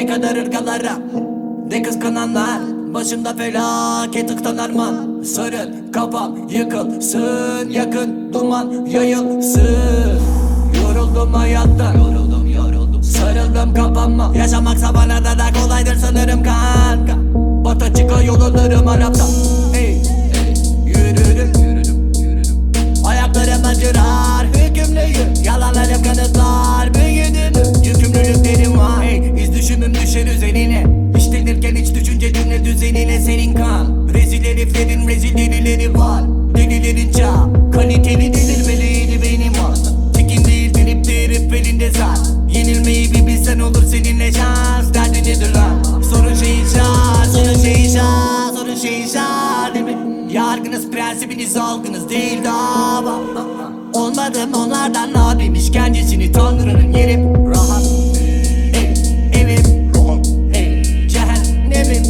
Ne kadar ırgalara, ne kıskananlar. Başımda felaket ıktanarman. Sarıl kafam yıkılsın, yakın duman yayılsın. Yoruldum hayattan, yoruldum sarıldım kafama. Yaşamaksa bana da kolaydır sanırım kanka. Bata çıka yollarım Arap'ta. Yürürüm ayaklarım acırar, hükümlüyüm. Yalanlarım kanıtlar büyüdüğümü. Yükümlülüklerim var, iz düşümüm düşer üzerine. İşlenirken hiç düşünce cümle düzenine senin kan. Rezil heriflerin rezil delileri var. Delilerin çağ, kaliteli delirmeliydi benim var. Tekin değil denip de herif elinde zar. Yenilmeyi bir bilsen olur seninle şans. Derdi nedir lan? Sorun şey şar, sorun şey şar, sorun şey şar değil mi? Yargınız prensibiniz algınız değil dava. Olmadım onlardan abim işkencesini tanrının yerim. Rahat evim, cehennemim.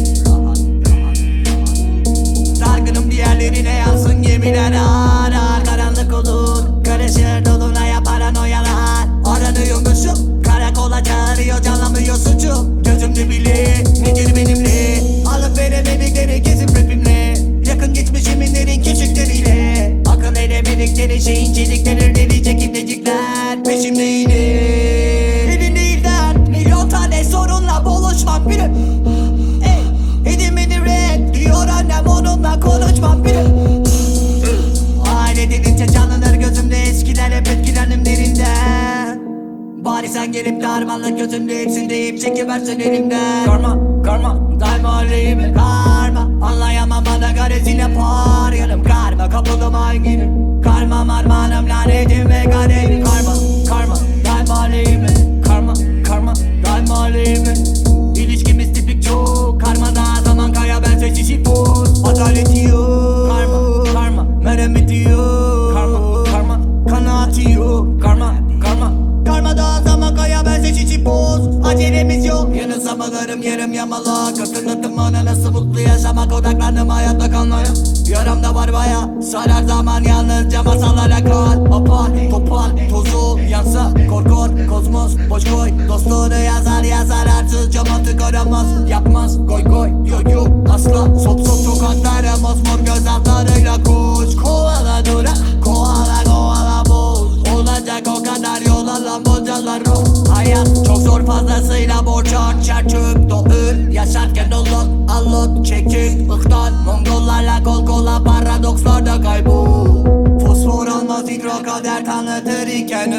Dargınım diğerlerine yansın gemiler ağır ağır. Karanlık olur, karışır dolunaya paranoyalar. Aranıyormuşum, karakola çağırıyor, canlamıyor suçum. Gözümde bile nedir benimle, alıp veremedikleri gezip rapimle. Yakın geçmişiminlerin küçükleriyle. Akıl edemedikleri şeyin çelikleri, delice kimlecikler peşimde yine. Elin değiller, milyon tane sorunla boğuşmam bile. Edimini red diyor annem, onunla konuşmam bile. Aile denince canlanır gözümde eskiler, hep etkilendim derinden. Bari sen gelip de harmanlık gözümde hepsinde ip çekiversen elimden. Karma daima aleyhime karma. Anlayamam bana garezine par yanım karma. Kapıldım hanginim karma marmanım lanetim ve kaderim. Karma daima aleyhime karma daima aleyhime. İlişkimiz tipik çok karma, daha zaman kaya ben seçişi boz. Adaleti yok karma merhameti yok. Karma kanaati yok. Karma daha zaman kaya ben seçişi boz. Acelemiz yok. Yanılsamalarım yarım yamalak. Hatırladım bana nasıl mutlu yaşamak. Odaklandım hayatta kalmaya. Yaramda var baya. Sarar zaman yalnızca masallara kal. Apar topal tozu yansa korkor kozmos. Boş koy dostluğunu yazar arsızca mantık aramaz. Yapmaz goy yok asla. Sop sokaklara mosmor göz altlarıyla koş. Kovala dura kovala boz. Olacak o kadar yol alan bocalar o. Hayat çok zor, fazlasıyla borç harçar çöp doğur. Yaşarken dolot allot çekik ıhtan. Mongollarla kol kola paradokslarda kaybol. Fosfor almaz hidro kader tanıtır iken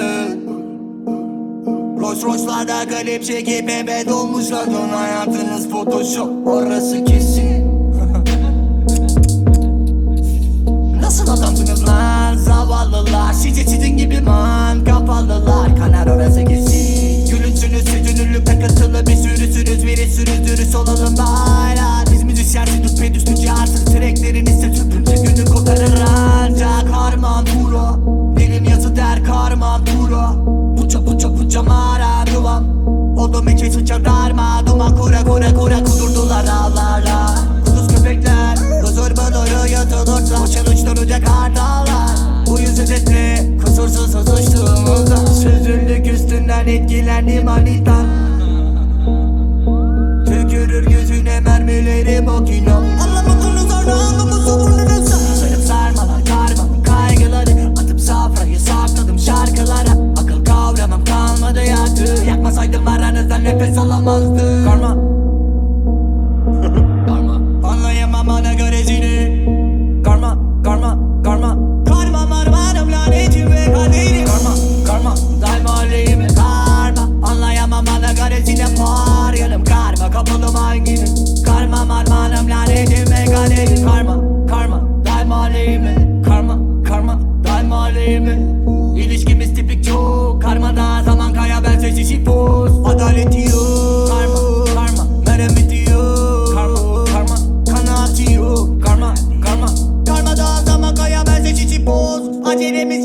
Rolls Royce'larda klip çekip ebe dolmuşlar. Dön hayatınız photoshop, orası kesin. Nasıl adamsınız lan zavallılar? Sizin gibi man kapalılar. Kanar orası kesin. Gülünsünüz sütünürlük takıntılı bir sürüsünüz. Virüsünüz dürüst olalım baylar. Biz müzisyensiz düpedüz tüccarsız. Treklerin ise süpürce günü kotarır ancak harman tura. Dilim yazı der karman tura. Puça mara duvam. Oldum içi sıçar darma. Duman kura kudurdular ağlarla. Kuduz köpekler huzur bulur yutulursa. Uçan uçturacak hardallar. Bu yüzü sesli kusursuz uçtuğumuzda. Süzüldük üstünden etkilendim manitan. Tükürür gözüne mermileri bokino. Anlamadınız orada anlamı savunursa. Sarıp sarmalar karma kaygıları. Atıp safrayı sakladım şarkılara. Akıl kavramam kalmadı yaktı. Yakmasaydım aranızdan nefes alamazdı. Karma anlayamam ana garezini. Karma marmanım lanetim ve kaderim. Karma daima aleyhime karma. Anlayamam ana garezine par yanım karma. Kapılım hanginim karma marmanım lanetim ve kaderim. Karma daima aleyhime karma daima aleyhime. İlişkimiz tipik çok karma, daha zaman kaya ben seçişi boz. Adaleti yok karma merhameti yok. Karma kanaati yok. Karma daha zaman kaya ben seçişi boz. Acelemiz